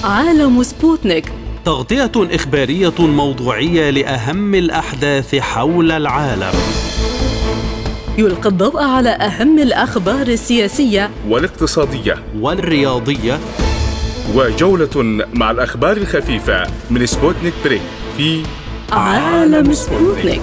عالم سبوتنيك، تغطية إخبارية موضوعية لأهم الأحداث حول العالم. يلقي الضوء على أهم الأخبار السياسية والاقتصادية والرياضية، وجولة مع الأخبار الخفيفة من سبوتنيك بريك في عالم سبوتنيك.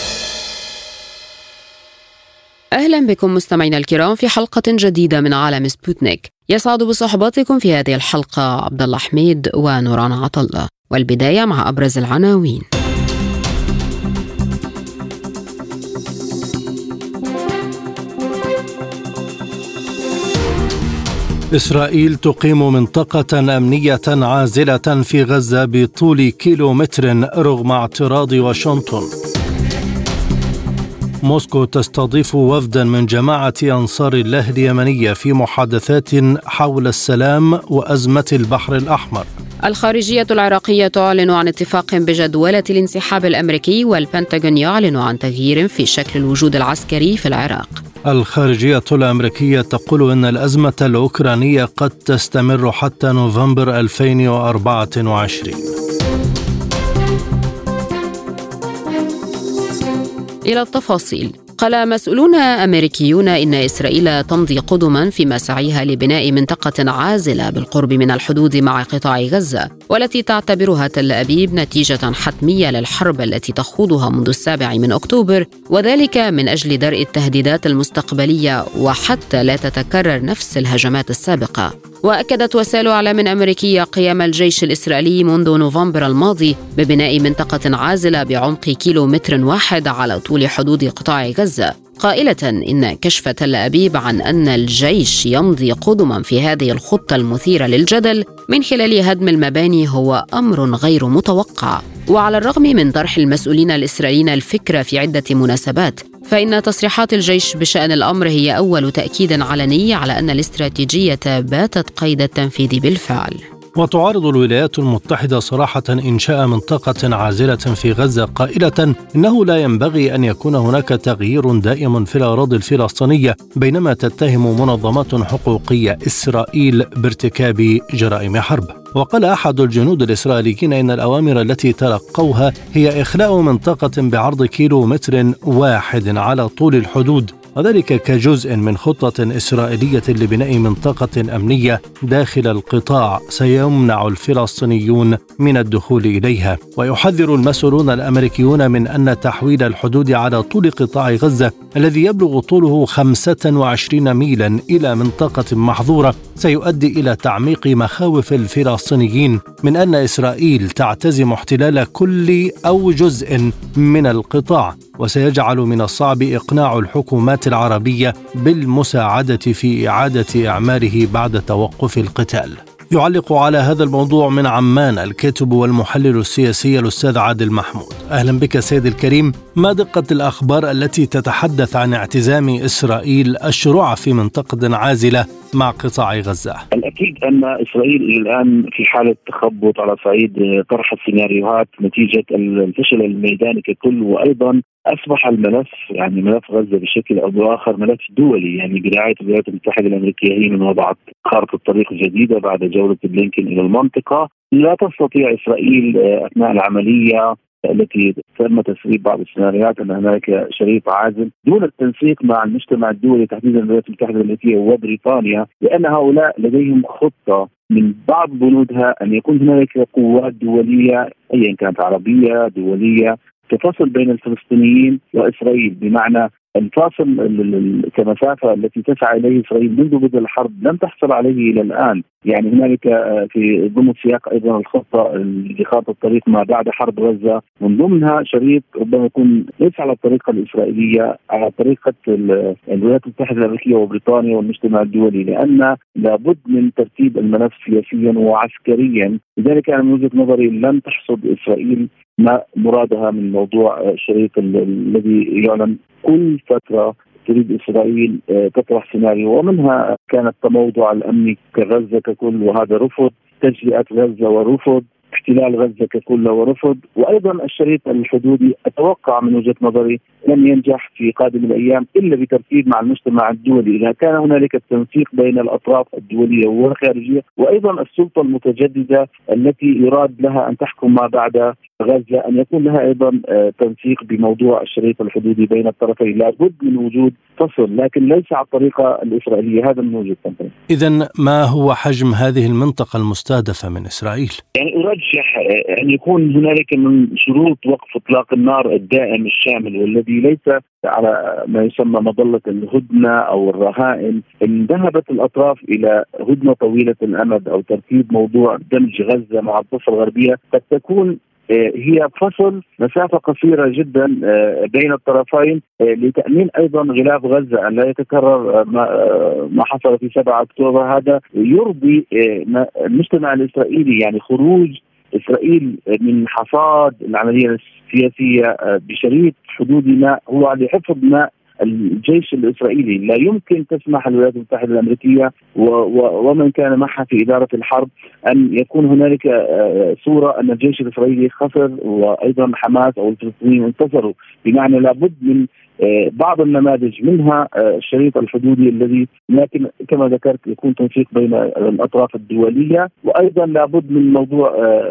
أهلا بكم مستمعينا الكرام في حلقة جديدة من عالم سبوتنيك. يسعد بصحبتكم في هذه الحلقة عبد الله حميد ونوران عطلة، والبداية مع أبرز العناوين. إسرائيل تقيم منطقة أمنية عازلة في غزة بطول كيلومتر رغم اعتراض واشنطن. موسكو تستضيف وفدا من جماعة أنصار الله اليمنية في محادثات حول السلام وأزمة البحر الأحمر. الخارجية العراقية تعلن عن اتفاق بجدولة الانسحاب الأمريكي، والبنتاغون يعلن عن تغيير في شكل الوجود العسكري في العراق. الخارجية الأمريكية تقول إن الأزمة الأوكرانية قد تستمر حتى نوفمبر 2024. إلى التفاصيل. قال مسؤولون أمريكيون إن إسرائيل تمضي قدما في مساعيها لبناء منطقة عازلة بالقرب من الحدود مع قطاع غزة، والتي تعتبرها تل أبيب نتيجة حتمية للحرب التي تخوضها منذ 7 أكتوبر، وذلك من أجل درء التهديدات المستقبلية وحتى لا تتكرر نفس الهجمات السابقة. وأكدت وسائل إعلام أمريكية قيام الجيش الإسرائيلي منذ نوفمبر الماضي ببناء منطقة عازلة بعمق كيلومتر واحد على طول حدود قطاع غزة، قائلة إن كشف تل أبيب عن أن الجيش يمضي قدما في هذه الخطة المثيرة للجدل من خلال هدم المباني هو أمر غير متوقع. وعلى الرغم من طرح المسؤولين الإسرائيليين الفكرة في عدة مناسبات، فإن تصريحات الجيش بشأن الأمر هي أول تأكيد علني على أن الاستراتيجية باتت قيد التنفيذ بالفعل. وتعارض الولايات المتحدة صراحة إنشاء منطقة عازلة في غزة، قائلة إنه لا ينبغي أن يكون هناك تغيير دائم في الأراضي الفلسطينية، بينما تتهم منظمات حقوقية إسرائيل بارتكاب جرائم حرب. وقال أحد الجنود الإسرائيليين إن الأوامر التي تلقوها هي إخلاء منطقة بعرض كيلومتر واحد على طول الحدود، وذلك كجزء من خطة إسرائيلية لبناء منطقة أمنية داخل القطاع سيمنع الفلسطينيون من الدخول إليها. ويحذر المسؤولون الأمريكيون من أن تحويل الحدود على طول قطاع غزة الذي يبلغ طوله 25 ميلا إلى منطقة محظورة سيؤدي إلى تعميق مخاوف الفلسطينيين من أن إسرائيل تعتزم احتلال كل أو جزء من القطاع، وسيجعل من الصعب إقناع الحكومات العربية بالمساعدة في إعادة إعماره بعد توقف القتال. يعلق على هذا الموضوع من عمان الكاتب والمحلل السياسي الأستاذ عادل محمود. أهلا بك سيد الكريم. ما دقة الأخبار التي تتحدث عن اعتزام إسرائيل الشروع في منطقة عازلة مع قطاع غزة؟ الأكيد أن إسرائيل الآن في حالة تخبط على صعيد طرح السيناريوهات نتيجة الفشل الميداني ككل، وأيضا أصبح الملف يعني ملف غزة بشكل أو بآخر ملف دولي، يعني برعاية الولايات المتحدة الأمريكية هي من وضعت خارطة الطريق الجديدة بعد جولة بلينكن إلى المنطقة. لا تستطيع إسرائيل أثناء العملية التي تم تسريب بعض السيناريوهات أن هناك شريط عازل دون التنسيق مع المجتمع الدولي تحديدا الولايات المتحدة الأمريكية وبريطانيا، لأن هؤلاء لديهم خطة من بعض بنودها أن يكون هناك قوات دولية أيا كانت عربية دولية تفصل بين الفلسطينيين وإسرائيل، بمعنى الفاصل كمسافة التي تسعى إليه إسرائيل منذ بدء الحرب لم تحصل عليه إلى الآن. يعني هنالك في ضمن سياق أيضا الخطة لخارطة الطريق ما بعد حرب غزة، من ضمنها شريط ربما يكون ليس على الطريقة الإسرائيلية، على طريقة الولايات المتحدة الأمريكية وبريطانيا والمجتمع الدولي، لأن لابد من ترتيب الملف سياسيا وعسكريا. لذلك أنا من وجهة نظري لن تحصد إسرائيل ما مرادها من موضوع الشريط الذي يعلن كل فترة. تريد إسرائيل تطرح سيناريو، ومنها كان التموضع الأمني كغزة ككل، وهذا رفض، تجزئة غزة ورفض، احتلال غزة ككل ورفض. وأيضا الشريط الحدودي أتوقع من وجهة نظري لن ينجح في قادم الأيام إلا بترتيب مع المجتمع الدولي. إذا كان هنالك التنسيق بين الأطراف الدولية والخارجية وأيضا السلطة المتجددة التي يراد لها أن تحكم ما بعد غزة، أن يكون لها أيضا تنسيق بموضوع الشريط الحدودي بين الطرفين. لابد من وجود فصل، لكن ليس على الطريقة الإسرائيلية. هذا من وجهة نظري. إذن ما هو حجم هذه المنطقة المستهدفة من إسرائيل؟ يعني أرجح أن يكون هنالك من شروط وقف إطلاق النار الدائم الشامل، والذي ليس على ما يسمى مظلة الهدنة أو الرهائن. إن ذهبت الأطراف إلى هدنة طويلة الأمد أو ترتيب موضوع دمج غزة مع الضفة الغربية، قد تكون هي فصل مسافة قصيرة جدا بين الطرفين لتأمين أيضا غلاف غزة أن لا يتكرر ما حصل في 7 أكتوبر. هذا يرضي المجتمع الإسرائيلي، يعني خروج إسرائيل من حصاد العملية السياسية بشريط حدودي ماء هو لحفظ ماء الجيش الإسرائيلي. لا يمكن تسمح الولايات المتحدة الأمريكية ومن كان معها في إدارة الحرب أن يكون هنالك صورة أن الجيش الإسرائيلي خسر وأيضا حماس أو الفلسطينيين انتصروا. بمعنى لابد من بعض النماذج منها الشريط الحدودي الذي لكن كما ذكرت يكون تنسيق بين الأطراف الدولية، وأيضا لابد من موضوع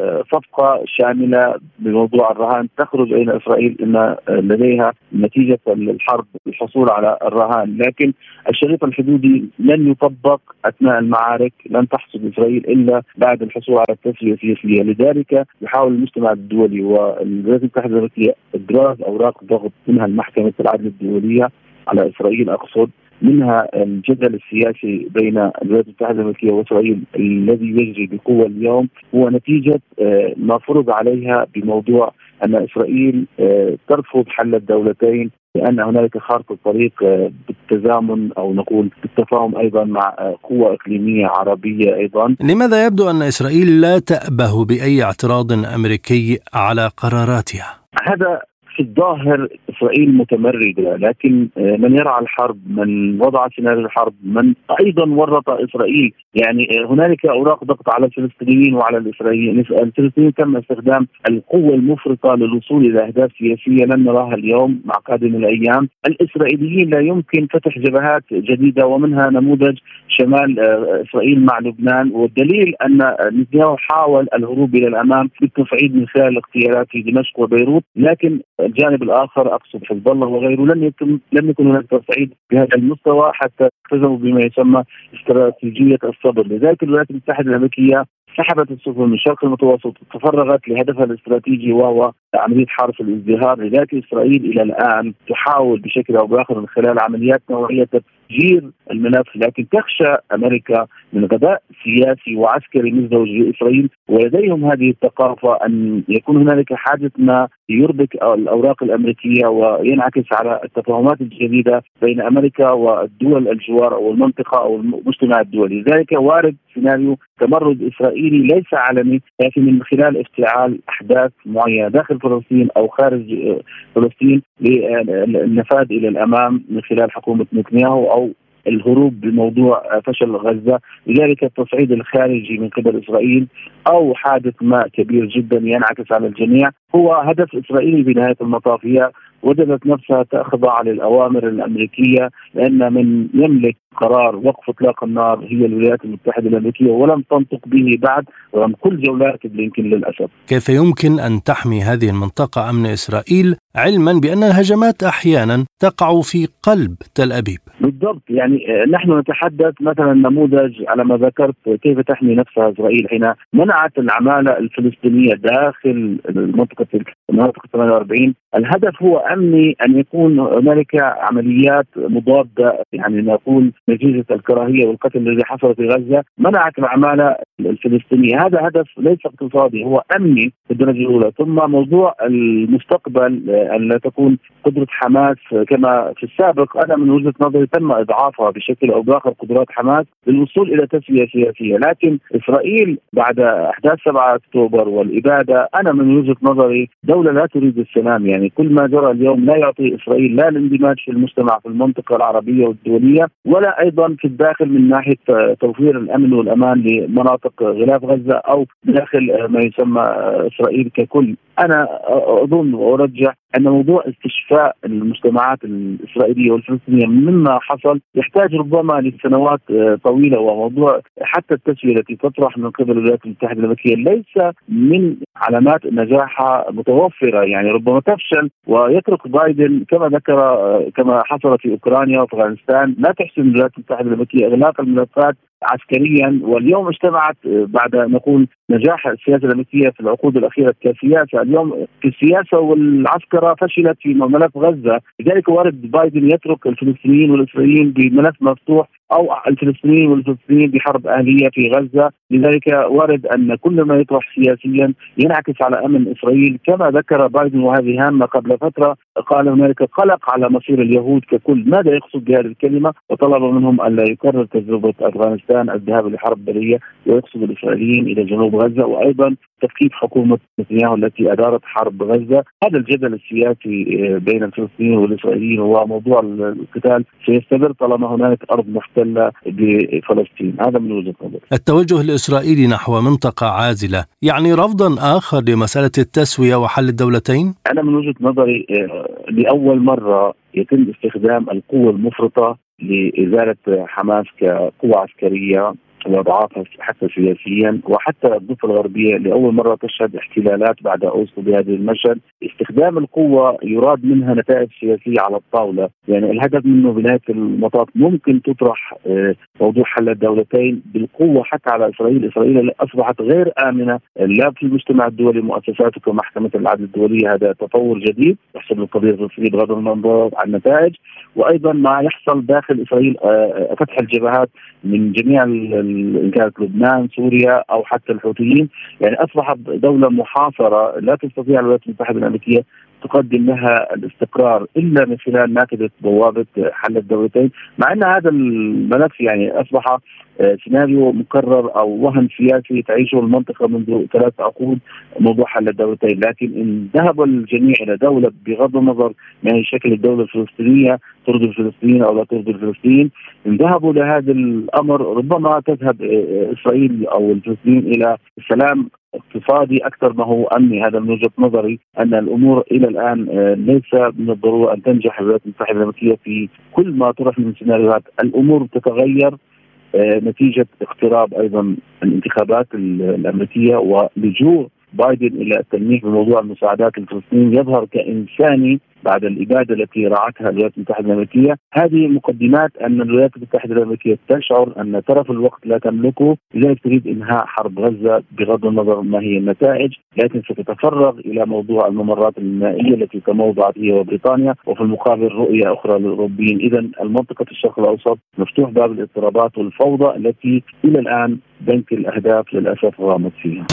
صفقة شاملة بموضوع الرهان تخرج بين إسرائيل إن لديها نتيجة الحرب الحصول على الرهان. لكن الشريط الحدودي لن يطبق أثناء المعارك، لن تحصل إسرائيل إلا بعد الحصول على التسوية السياسية. لذلك يحاول المجتمع الدولي والولايات المتحدة الأمريكية إبراز أوراق ضغط منها المحكمة العدل الدولية على إسرائيل، أقصد منها الجدل السياسي بين الولايات المتحدة الأمريكية وإسرائيل الذي يجري بقوة اليوم هو نتيجة ما فرض عليها بموضوع أن إسرائيل ترفض حل الدولتين، لأن هنالك خارطة طريق بالتزامن أو نقول بالتفاهم أيضا مع قوة إقليمية عربية أيضا. لماذا يبدو أن إسرائيل لا تأبه بأي اعتراض أمريكي على قراراتها؟ هذا في الظاهر إسرائيل متمردة، لكن من يرعى الحرب، من وضع سيناريو الحرب، من أيضا ورط إسرائيل. يعني هنالك أوراق ضغط على الفلسطينيين وعلى الإسرائيليين. الفلسطينيين تم استخدام القوة المفرطة للوصول إلى أهداف سياسية لن نراها اليوم مع قادم الأيام. الإسرائيليين لا يمكن فتح جبهات جديدة، ومنها نموذج شمال إسرائيل مع لبنان. والدليل أن نتنياهو حاول الهروب إلى الأمام بالتصعيد من خلال الاغتيالات في دمشق وبيروت، لكن الجانب الآخر أقصد حزب الله وغيره لم يكن هناك تصعيد بهذا المستوى حتى التزموا بما يسمى استراتيجية الصبر. لذلك الولايات المتحدة الأمريكية سحبت السفن من الشرق المتوسط وتفرغت لهدفها الاستراتيجي وهو عملية حرس الازدهار. لذلك إسرائيل إلى الآن تحاول بشكل أو بآخر من خلال عمليات نوعية تفجير الملف، لكن تخشى أمريكا من غباء سياسي وعسكري مزدوج لإسرائيل، ولديهم هذه الثقافة أن يكون هنالك حاجة ما يربك الأوراق الأمريكية وينعكس على التفاهمات الجديدة بين أمريكا والدول الجوار أو المنطقة أو المجتمع الدولي. لذلك وارد سيناريو تمرد إسرائيلي ليس عالمي، لكن من خلال افتعال أحداث معينة داخل فلسطين أو خارج فلسطين للنفاذ إلى الأمام من خلال حكومة نتنياهو أو الهروب بموضوع فشل غزة. لذلك التصعيد الخارجي من قبل إسرائيل أو حادث ما كبير جدا ينعكس على الجميع هو هدف إسرائيلي بنهاية المطاف. هي وجدت نفسها تخضع للأوامر الأمريكية، لأن من يملك قرار وقف إطلاق النار هي الولايات المتحدة الأمريكية، ولم تنطق به بعد رغم كل جولات بلينكن للأسف. كيف يمكن أن تحمي هذه المنطقة أمن إسرائيل علما بأن الهجمات أحيانا تقع في قلب تل أبيب؟ بالضبط، يعني نحن نتحدث مثلا نموذج على ما ذكرت كيف تحمي نفسها إسرائيل حين منعت العمالة الفلسطينية داخل منطقة 48. الهدف هو أمني، أن يكون هنالك عمليات مضادة، يعني نقول نتيجة الكراهية والقتل الذي حصل في غزة منعت العمالة الفلسطينية. هذا هدف ليس اقتصادي، هو أمني بالدرجة الأولى. ثم موضوع المستقبل أن لا تكون قدرة حماس كما في السابق. أنا من وجهة نظري تم إضعافها بشكل أو بآخر قدرات حماس للوصول إلى تسوية سياسية، لكن إسرائيل بعد أحداث 7 أكتوبر والإبادة أنا من وجهة نظري دولة لا تريد السلام. يعني كل ما جرى اليوم لا يعطي إسرائيل لا الاندماج في المجتمع في المنطقة العربية والدولية، ولا أيضا في الداخل من ناحية توفير الأمن والأمان لمناطق مناطق غلاف غزة أو داخل ما يسمى إسرائيل ككل. أنا أظن وأرجح أن موضوع استشفاء المجتمعات الإسرائيلية والفلسطينية مما حصل يحتاج ربما لسنوات طويلة، وموضوع حتى التسوية التي تطرح من قبل الولايات المتحدة الأمريكية ليس من علامات نجاحها متوفرة. يعني ربما تفشل ويترك بايدن كما حصل في أوكرانيا وأفغانستان. لا تحسن الولايات المتحدة الأمريكية إغلاق الملفات عسكريا، واليوم اجتمعت بعد نقول نجاح السياسة الأمريكية في العقود الأخيرة كسياسة، اليوم في السياسة والعسكرة فشلت في ملف غزة. لذلك وارد بايدن يترك الفلسطينيين والإسرائيليين بملف مفتوح، أو الفلسطينيين والفلسطينيين بحرب أهلية في غزة. لذلك وارد أن كل ما يطرح سياسيا ينعكس على أمن إسرائيل، كما ذكر بايدن وهذه هامة قبل فترة، قال هنالك قلق على مصير اليهود ككل. ماذا يقصد بهذه الكلمة؟ وطلب منهم أن لا يكرر تجربة أفغانستان الذهاب لحرب برية، ويقصد الإسرائيليين إلى جنوب غزة، وأيضا تفكيك حكومة نتنياهو التي أدارت حرب غزة. هذا الجدل السياسي بين الفلسطينيين والإسرائيليين وموضوع القتال سيستمر طالما هناك أرض محتلة بفلسطين. هذا من وجهة نظري. التوجه الإسرائيلي نحو منطقة عازلة يعني رفضا آخر لمسألة التسوية وحل الدولتين؟ أنا من وجهة نظري لأول مرة يتم استخدام القوة المفرطة لإزالة حماس كقوة عسكرية وضعافها حتى سياسيا، وحتى الضفة الغربية لأول مرة تشهد احتلالات بعد أوسلو بهذه المشهد. استخدام القوة يراد منها نتائج سياسية على الطاولة، يعني الهدف منه بنهاية المطاف ممكن تطرح موضوع حل الدولتين بالقوة حتى على إسرائيل. إسرائيل أصبحت غير آمنة لا في المجتمع الدولي، مؤسساته كمحكمة العدل الدولية. هذا تطور جديد يحسب القضية الفلسطينية بغض النظر عن النتائج، وأيضا ما يحصل داخل إسرائيل فتح الجبهات من جميع إن كانت لبنان سوريا أو حتى الحوثيين. يعني أصبحت دولة محاصرة لا تستطيع الولايات المتحدة الأمريكية تقدم لها الاستقرار إلا من خلال نافذة بوابة حل الدولتين، مع أن هذا الملف يعني أصبح سيناريو مكرر أو وهن سياسي تعيشه المنطقة منذ 3 عقود، موضوع حل الدولتين. لكن إن ذهب الجميع إلى دولة بغض النظر ما هي شكل الدولة الفلسطينية، ترضي الفلسطينيين أو لا ترضي الفلسطينيين، إن ذهبوا لهذا الأمر ربما تذهب إسرائيل أو الفلسطينيين إلى السلام اقتصادي أكثر ما هو أمني. هذا من وجهة نظري أن الأمور إلى الآن ليس من الضرورة أن تنجح الولايات المتحدة الأمريكية في كل ما طرح من سيناريوهات. الأمور تتغير نتيجة اقتراب أيضا الانتخابات الأمريكية ولجوء بايدن إلى التلميح بموضوع المساعدات الفلسطينية. يظهر كإنساني بعد الإبادة التي رعتها الولايات المتحدة الأمريكية. هذه مقدمات أن الولايات المتحدة الأمريكية تشعر أن طرف الوقت لا تملكه، لذلك تريد إنهاء حرب غزة بغض النظر ما هي النتائج، لكن ستتفرغ إلى موضوع الممرات المائية التي تموضعت هي وبريطانيا، وفي المقابل رؤية أخرى للأوروبيين. إذن المنطقة الشرق الأوسط مفتوح باب الاضطرابات والفوضى التي إلى الآن بنك الأهداف للأسف غامض فيها.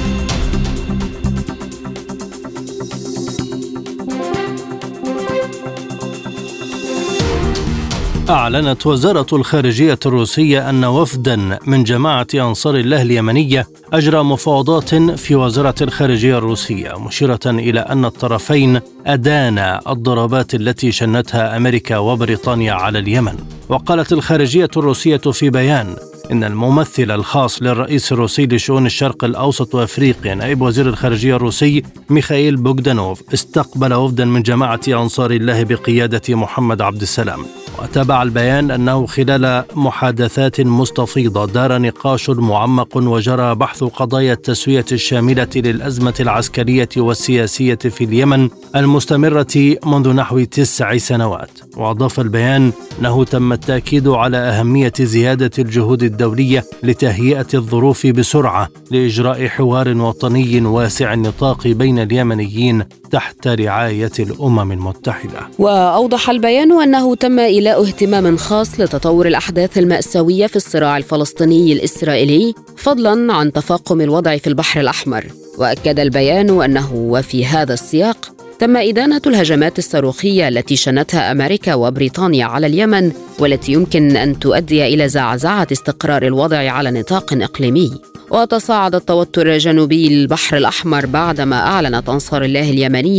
أعلنت وزارة الخارجية الروسية أن وفدا من جماعة أنصار الله اليمنية أجرى مفاوضات في وزارة الخارجية الروسية، مشيرة إلى أن الطرفين أدانا الضربات التي شنتها أمريكا وبريطانيا على اليمن. وقالت الخارجية الروسية في بيان إن الممثل الخاص للرئيس الروسي لشؤون الشرق الأوسط وأفريقيا نائب وزير الخارجية الروسي ميخائيل بوغدانوف استقبل وفدا من جماعة أنصار الله بقيادة محمد عبد السلام. وتابع البيان أنه خلال محادثات مستفيضة دار نقاش معمق وجرى بحث قضايا التسوية الشاملة للأزمة العسكرية والسياسية في اليمن المستمرة منذ نحو 9 سنوات. وأضاف البيان أنه تم التأكيد على أهمية زيادة الجهود الدولية لتهيئة الظروف بسرعة لإجراء حوار وطني واسع النطاق بين اليمنيين تحت رعاية الأمم المتحدة. وأوضح البيان أنه تم إيلاء اهتمام خاص لتطور الأحداث المأساوية في الصراع الفلسطيني الإسرائيلي فضلا عن تفاقم الوضع في البحر الأحمر. وأكد البيان أنه وفي هذا السياق تم إدانة الهجمات الصاروخية التي شنتها أمريكا وبريطانيا على اليمن، والتي يمكن أن تؤدي إلى زعزعة استقرار الوضع على نطاق إقليمي. وتصاعد التوتر جنوبي البحر الأحمر بعدما أعلنت أنصار الله اليمنية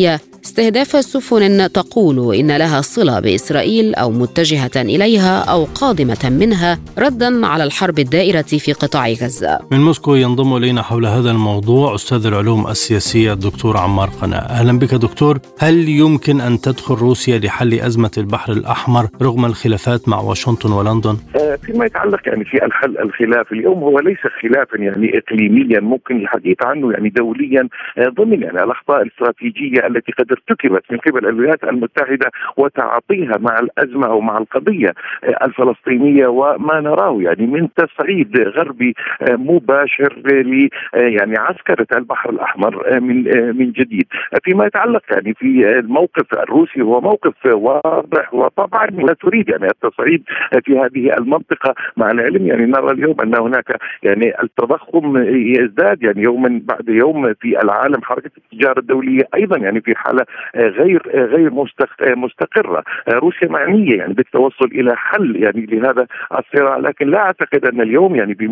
استهداف السفن تقول إن لها صلة بإسرائيل أو متجهة إليها أو قادمة منها رداً على الحرب الدائرة في قطاع غزة. من موسكو ينضم إلينا حول هذا الموضوع أستاذ العلوم السياسية الدكتور عمار قناع. أهلا بك دكتور. هل يمكن أن تدخل روسيا لحل أزمة البحر الأحمر رغم الخلافات مع واشنطن ولندن؟ فيما يتعلق في الحل الخلاف اليوم هو ليس خلافا إقليميا ممكن الحديث عنه دوليا ضمن الأخطاء الاستراتيجية التي قد ارتكبت من قبل الولايات المتحدة وتعاطيها مع الأزمة أو مع القضية الفلسطينية، وما نراه من تصعيد غربي مباشر عسكرة البحر الأحمر من جديد. فيما يتعلق في الموقف الروسي هو موقف واضح، وطبعا لا تريد التصعيد في هذه المنطقة، مع العلم نرى اليوم أن هناك التضخم يزداد يوما بعد يوم في العالم. حركة التجارة الدولية أيضا في حالة غير مستقرة. روسيا معنية بالتوصل إلى حل لهذا الصراع، لكن لا أعتقد أن اليوم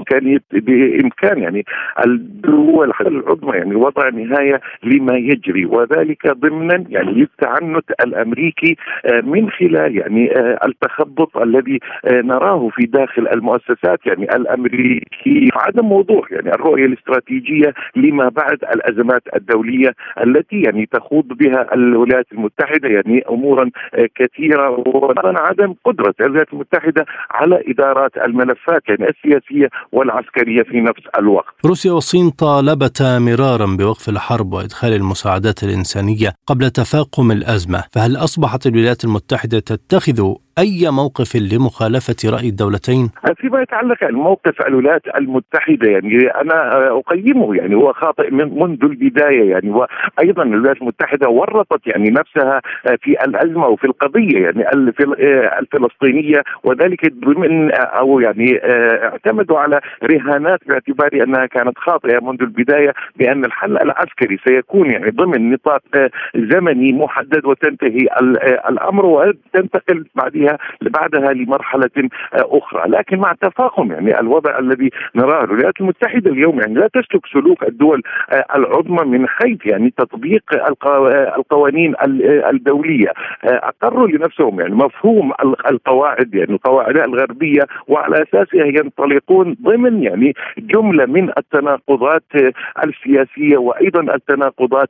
بإمكان الدول العظمى وضع نهاية لما يجري، وذلك ضمنا للتعنت الأمريكي من خلال التخبط الذي نراه في داخل المؤسسات الأمريكية، عدم وضوح الرؤية الاستراتيجية لما بعد الأزمات الدولية التي تخوض بها الولايات المتحدة أمورا كثيرة، وعدم قدرة الولايات المتحدة على إدارات الملفات السياسية والعسكرية في نفس الوقت. روسيا والصين طالبتا مرارا بوقف الحرب وإدخال المساعدات الإنسانية قبل تفاقم الأزمة، فهل أصبحت الولايات المتحدة تتخذ أي موقف لمخالفة رأي الدولتين؟ فيما يتعلق الموقف الولايات المتحدة أنا أقيمه هو خاطئ منذ البداية، وأيضا الولايات المتحدة ورطت نفسها في الأزمة وفي القضية الفلسطينية، وذلك ضمن أو اعتمدوا على رهانات باعتبار أنها كانت خاطئة منذ البداية، بأن الحل العسكري سيكون ضمن نطاق زمني محدد وتنتهي الأمر وتنتقل بعدها لمرحلة أخرى. لكن مع تفاقم الوضع الذي نراه الولايات المتحدة اليوم لا تسلك سلوك الدول العظمى من حيث تطبيق القوانين الدولية. أقروا لنفسهم مفهوم القواعد القواعد الغربية، وعلى أساسها ينطلقون ضمن جملة من التناقضات السياسية وأيضا التناقضات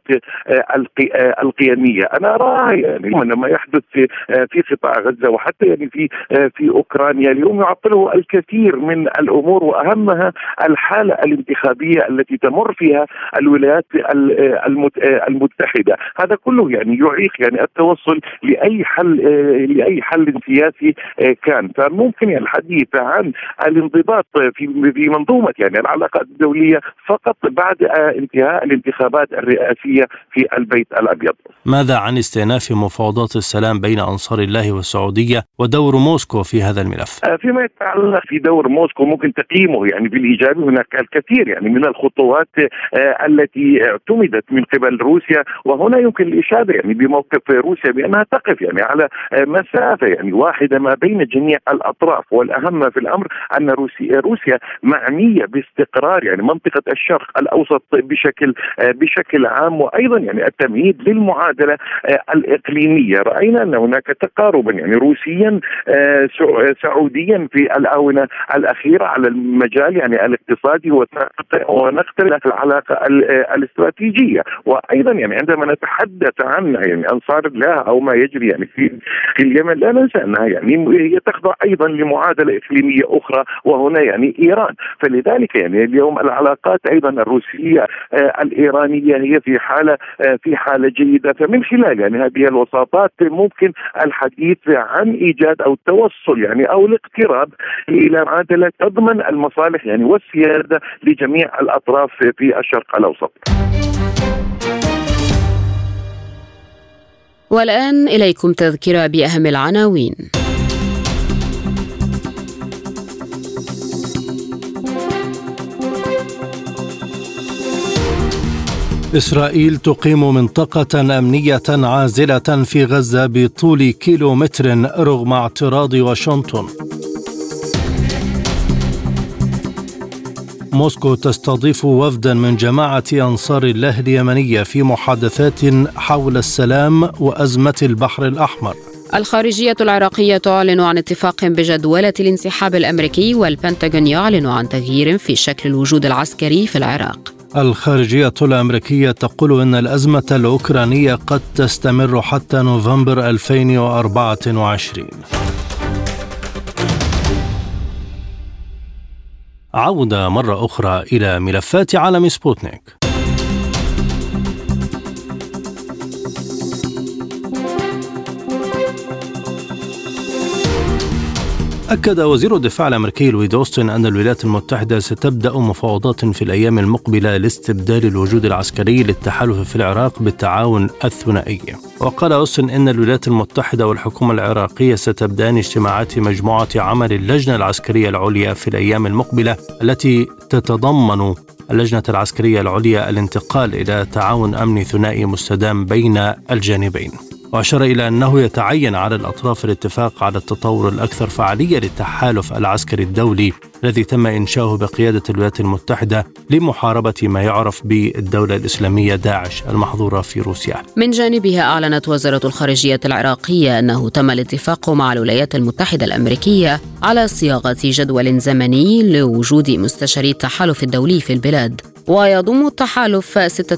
القيمية. أنا أرى ما يحدث في قطاع غزة وحتى في أوكرانيا اليوم يعطله الكثير من الأمور، وأهمها الحالة الانتخابية التي تمر فيها الولايات المتحدة. هذا كله يعيق التوصل لأي حل سياسي كان. فممكن الحديث عن الانضباط في منظومة العلاقات الدولية فقط بعد انتهاء الانتخابات الرئاسية في البيت الأبيض. ماذا عن استئناف مفاوضات السلام بين أنصار الله والسعودية ودور موسكو في هذا الملف؟ فيما يتعلق في دور موسكو ممكن تقييمه بالإيجاب. هناك الكثير من الخطوات التي اعتمدت من قبل روسيا، وهنا يمكن الإشادة بموقف روسيا بأنها تقف على مسافة واحدة ما بين جميع الأطراف، والأهم في الأمر أن روسيا معنية باستقرار منطقة الشرق الأوسط بشكل عام، وأيضا التمهيد للمعادلة الإقليمية. رأينا أن هناك تقاربا روسيا سعوديا في الآونة الأخيرة على المجال الاقتصادي، ونختلف العلاقة الاستراتيجية. وأيضا عندما نتحدث عن أنصار الله أو ما يجري في اليمن، لا ننسى أنها هي تخضع أيضا لمعادلة إقليمية أخرى، وهنا إيران. فلذلك اليوم العلاقات أيضا الروسية الإيرانية هي في حالة جيدة. فمن خلال هذه الوساطات ممكن الحديث عن إيجاد أو التوصل أو الاقتراب إلى معادلة تضمن المصالح والسيادة لجميع الأطراف في الشرق الأوسط. والآن إليكم تذكرة بأهم العناوين. إسرائيل تقيم منطقة أمنية عازلة في غزة بطول كيلومتر رغم اعتراض واشنطن. موسكو تستضيف وفدا من جماعة أنصار الله اليمنية في محادثات حول السلام وأزمة البحر الأحمر. الخارجية العراقية تعلن عن اتفاق بجدولة الانسحاب الأمريكي، والبنتاغون يعلن عن تغيير في شكل الوجود العسكري في العراق. الخارجية الأمريكية تقول إن الأزمة الأوكرانية قد تستمر حتى نوفمبر 2024. عودة مرة أخرى إلى ملفات عالم سبوتنيك. أكد وزير الدفاع الأمريكي لويد أوستن أن الولايات المتحدة ستبدأ مفاوضات في الأيام المقبلة لاستبدال الوجود العسكري للتحالف في العراق بالتعاون الثنائي. وقال أوستن إن الولايات المتحدة والحكومة العراقية ستبدأان اجتماعات مجموعة عمل اللجنة العسكرية العليا في الأيام المقبلة، التي تتضمن اللجنة العسكرية العليا الانتقال إلى تعاون أمني ثنائي مستدام بين الجانبين. وأشار إلى أنه يتعين على الأطراف الاتفاق على التطور الأكثر فعالية للتحالف العسكري الدولي الذي تم إنشاؤه بقيادة الولايات المتحدة لمحاربة ما يعرف بالدولة الإسلامية داعش المحظورة في روسيا. من جانبها أعلنت وزارة الخارجية العراقية أنه تم الاتفاق مع الولايات المتحدة الأمريكية على صياغة جدول زمني لوجود مستشاري التحالف الدولي في البلاد، ويضم التحالف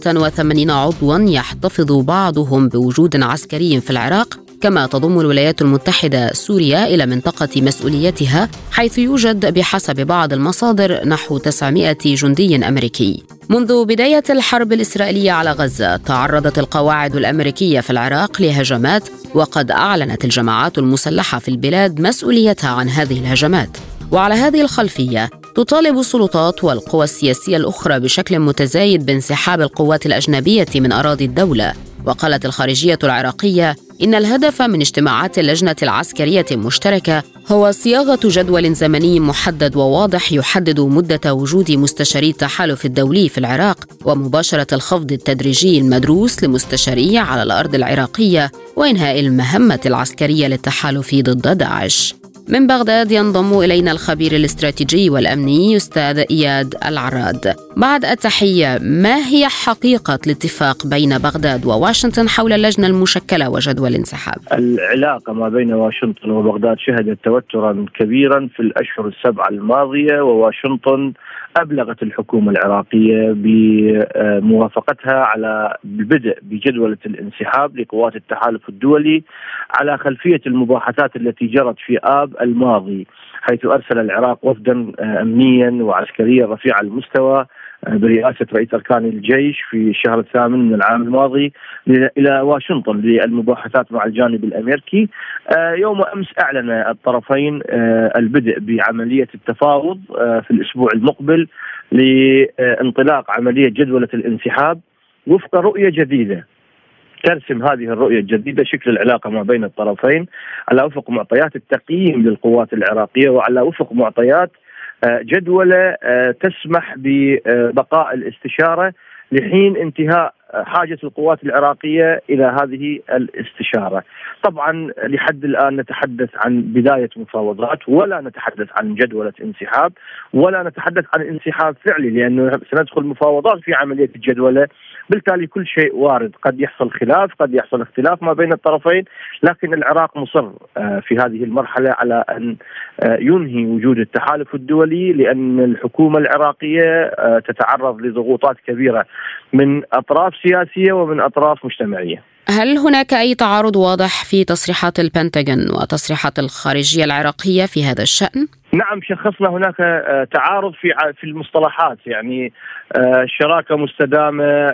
86 عضوا يحتفظ بعضهم بوجود عسكري في العراق، كما تضم الولايات المتحدة سوريا إلى منطقة مسؤوليتها، حيث يوجد بحسب بعض المصادر نحو 900 جندي أمريكي. منذ بداية الحرب الإسرائيلية على غزة تعرضت القواعد الأمريكية في العراق لهجمات، وقد أعلنت الجماعات المسلحة في البلاد مسؤوليتها عن هذه الهجمات. وعلى هذه الخلفية تطالب السلطات والقوى السياسية الأخرى بشكل متزايد بانسحاب القوات الأجنبية من أراضي الدولة. وقالت الخارجية العراقية إن الهدف من اجتماعات اللجنة العسكرية المشتركة هو صياغة جدول زمني محدد وواضح يحدد مدة وجود مستشاري التحالف الدولي في العراق، ومباشرة الخفض التدريجي المدروس لمستشاريه على الأرض العراقية، وإنهاء المهمة العسكرية للتحالف ضد داعش. من بغداد ينضم إلينا الخبير الاستراتيجي والأمني أستاذ إياد العراد. بعد التحية، ما هي حقيقة الاتفاق بين بغداد وواشنطن حول اللجنة المشكلة وجدول الانسحاب؟ العلاقة ما بين واشنطن وبغداد شهدت توترا كبيرا في الأشهر السبعة الماضية، وواشنطن أبلغت الحكومة العراقية بموافقتها على البدء بجدولة الانسحاب لقوات التحالف الدولي على خلفية المباحثات التي جرت في آب الماضي، حيث أرسل العراق وفدا أمنيا وعسكريا رفيع المستوى برئاسة رئيس أركان الجيش في الشهر الثامن من العام الماضي إلى واشنطن للمباحثات مع الجانب الأمريكي. يوم أمس أعلن الطرفين البدء بعملية التفاوض في الأسبوع المقبل لانطلاق عملية جدولة الانسحاب وفق رؤية جديدة ترسم هذه الرؤية الجديدة شكل العلاقة ما بين الطرفين على وفق معطيات التقييم للقوات العراقية وعلى وفق معطيات جدولة تسمح ببقاء الاستشارة لحين انتهاء حاجة القوات العراقية إلى هذه الاستشارة. طبعا لحد الآن نتحدث عن بداية مفاوضات، ولا نتحدث عن جدولة انسحاب، ولا نتحدث عن انسحاب فعلي، لأنه سندخل مفاوضات في عملية الجدولة، بالتالي كل شيء وارد، قد يحصل خلاف، قد يحصل اختلاف ما بين الطرفين، لكن العراق مصر في هذه المرحلة على أن ينهي وجود التحالف الدولي، لأن الحكومة العراقية تتعرض لضغوطات كبيرة من أطراف سياسية ومن أطراف مجتمعية. هل هناك أي تعارض واضح في تصريحات البنتاغون وتصريحات الخارجية العراقية في هذا الشأن؟ نعم، شخصنا هناك تعارض في المصطلحات، يعني شراكة مستدامة،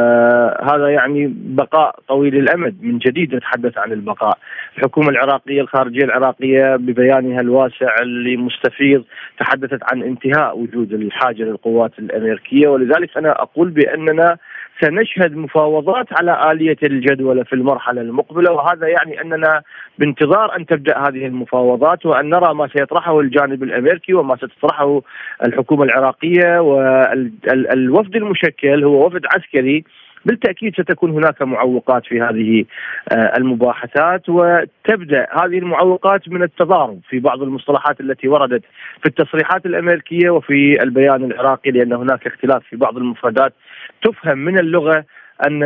هذا يعني بقاء طويل الأمد، من جديد نتحدث عن البقاء. الحكومة العراقية الخارجية العراقية ببيانها الواسع المستفيض تحدثت عن انتهاء وجود الحاجة للقوات الأمريكية، ولذلك أنا أقول بأننا سنشهد مفاوضات على آلية الجدولة في المرحلة المقبلة، وهذا يعني أننا بانتظار أن تبدأ هذه المفاوضات وأن نرى ما سيطرحه الجانب الأمريكي وما ستطرحه الحكومة العراقية. والوفد المشكل هو وفد عسكري بالتأكيد ستكون هناك معوقات في هذه المباحثات، وتبدأ هذه المعوقات من التضارب في بعض المصطلحات التي وردت في التصريحات الأمريكية وفي البيان العراقي، لأن هناك اختلاف في بعض المفردات. تفهم من اللغة أن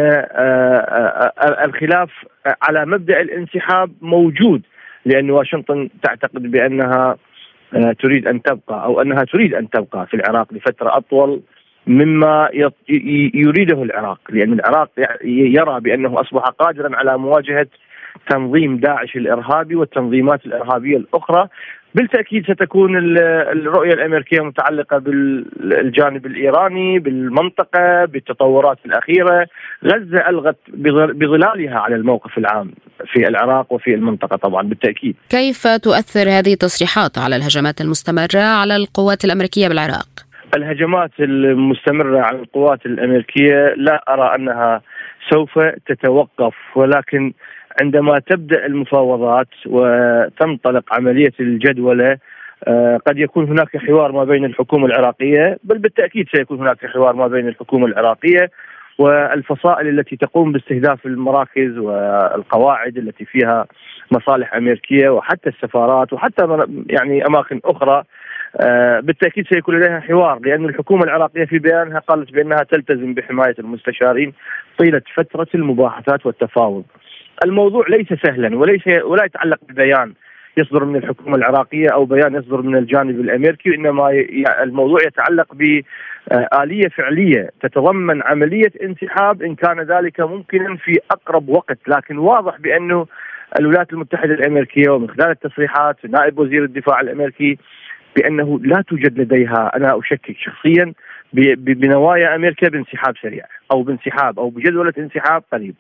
الخلاف على مبدأ الانسحاب موجود، لأن واشنطن تعتقد بأنها تريد أن تبقى، أو أنها تريد أن تبقى في العراق لفترة أطول مما يريده العراق، لأن العراق يرى بأنه أصبح قادرا على مواجهة تنظيم داعش الإرهابي والتنظيمات الإرهابية الأخرى. بالتأكيد ستكون الرؤية الأمريكية متعلقة بالجانب الإيراني، بالمنطقة، بالتطورات الأخيرة. غزة ألغت بظلالها على الموقف العام في العراق وفي المنطقة طبعا بالتأكيد. كيف تؤثر هذه التصريحات على الهجمات المستمرة على القوات الأمريكية بالعراق؟ الهجمات المستمرة على القوات الأمريكية لا أرى أنها سوف تتوقف، ولكن عندما تبدأ المفاوضات وتنطلق عملية الجدولة قد يكون هناك حوار ما بين الحكومة العراقية، بل بالتأكيد سيكون هناك حوار ما بين الحكومة العراقية والفصائل التي تقوم باستهداف المراكز والقواعد التي فيها مصالح أمريكية، وحتى السفارات، وحتى يعني أماكن أخرى. بالتأكيد سيكون لديها حوار، لأن الحكومة العراقية في بيانها قالت بأنها تلتزم بحماية المستشارين طيلة فترة المباحثات والتفاوض. الموضوع ليس سهلا ولا يتعلق ببيان يصدر من الحكومة العراقية أو بيان يصدر من الجانب الأمريكي، إنما الموضوع يتعلق بآلية فعلية تتضمن عملية انسحاب إن كان ذلك ممكنا في أقرب وقت. لكن واضح بأنه الولايات المتحدة الأمريكية ومن خلال التصريحات نائب وزير الدفاع الأمريكي بأنه لا توجد لديها، أنا أشكك شخصيا بنوايا أمريكا بانسحاب سريع أو بانسحاب أو بجدولة انسحاب قريب.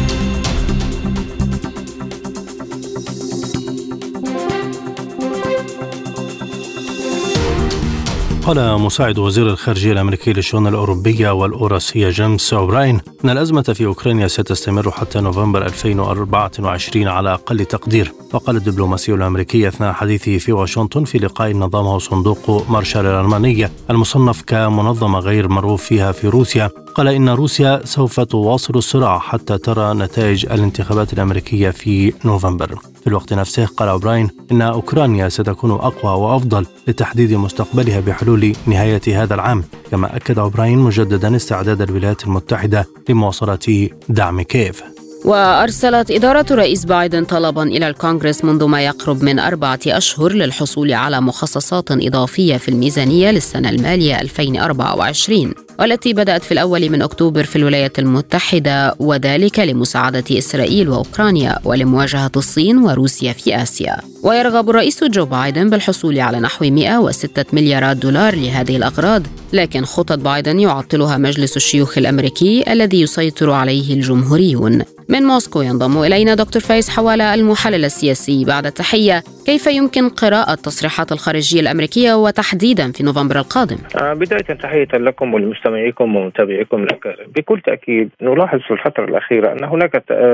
قال مساعد وزير الخارجية الأمريكي للشؤون الأوروبية والأوراسية جيمس أوبراين أن الأزمة في أوكرانيا ستستمر حتى نوفمبر 2024 على أقل تقدير. وقال الدبلوماسي الأمريكي أثناء حديثه في واشنطن في لقاء نظمه صندوق مارشال الألماني المصنف كمنظمة غير مرغوب فيها في روسيا، قال إن روسيا سوف تواصل الصراع حتى ترى نتائج الانتخابات الأمريكية في نوفمبر. في الوقت نفسه قال أوبراين إن أوكرانيا ستكون أقوى وأفضل لتحديد مستقبلها بحلول نهاية هذا العام. كما أكد أوبراين مجددا استعداد الولايات المتحدة لمواصلة دعم كييف. وأرسلت إدارة رئيس بايدن طلبا إلى الكونغرس منذ ما يقرب من 4 أشهر للحصول على مخصصات إضافية في الميزانية للسنة المالية 2024، والتي بدأت في الأول من أكتوبر في الولايات المتحدة، وذلك لمساعدة إسرائيل وأوكرانيا ولمواجهة الصين وروسيا في آسيا. ويرغب الرئيس جو بايدن بالحصول على نحو 106 مليارات دولار لهذه الأغراض، لكن خطط بايدن يعطلها مجلس الشيوخ الأمريكي الذي يسيطر عليه الجمهوريون. من موسكو ينضم إلينا دكتور فايز حوالة المحلل السياسي. بعد التحية، كيف يمكن قراءة تصريحات الخارجية الأمريكية وتحديدا في نوفمبر القادم؟ بداية تحية لكم ولمستمعيكم ومتابعيكم الأكارم. بكل تأكيد نلاحظ في الفترة الأخيرة أن هناك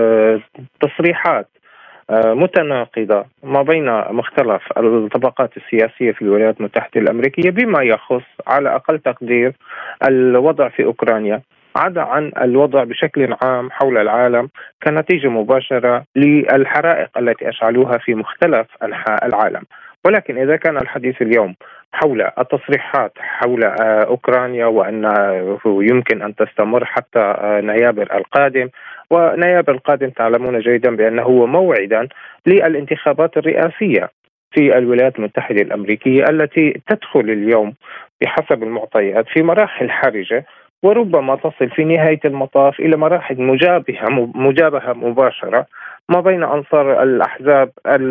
تصريحات متناقضة ما بين مختلف الطبقات السياسية في الولايات المتحدة الأمريكية بما يخص على أقل تقدير الوضع في أوكرانيا، عدا عن الوضع بشكل عام حول العالم كنتيجة مباشرة للحرائق التي أشعلوها في مختلف أنحاء العالم. ولكن إذا كان الحديث اليوم حول التصريحات حول أوكرانيا وأنه يمكن أن تستمر حتى نيابر القادم، ونيابر القادم تعلمون جيدا بأنه هو موعدا للانتخابات الرئاسية في الولايات المتحدة الأمريكية التي تدخل اليوم بحسب المعطيات في مراحل حرجة، وربما تصل في نهاية المطاف إلى مراحل مجابهة مباشرة ما بين أنصار الأحزاب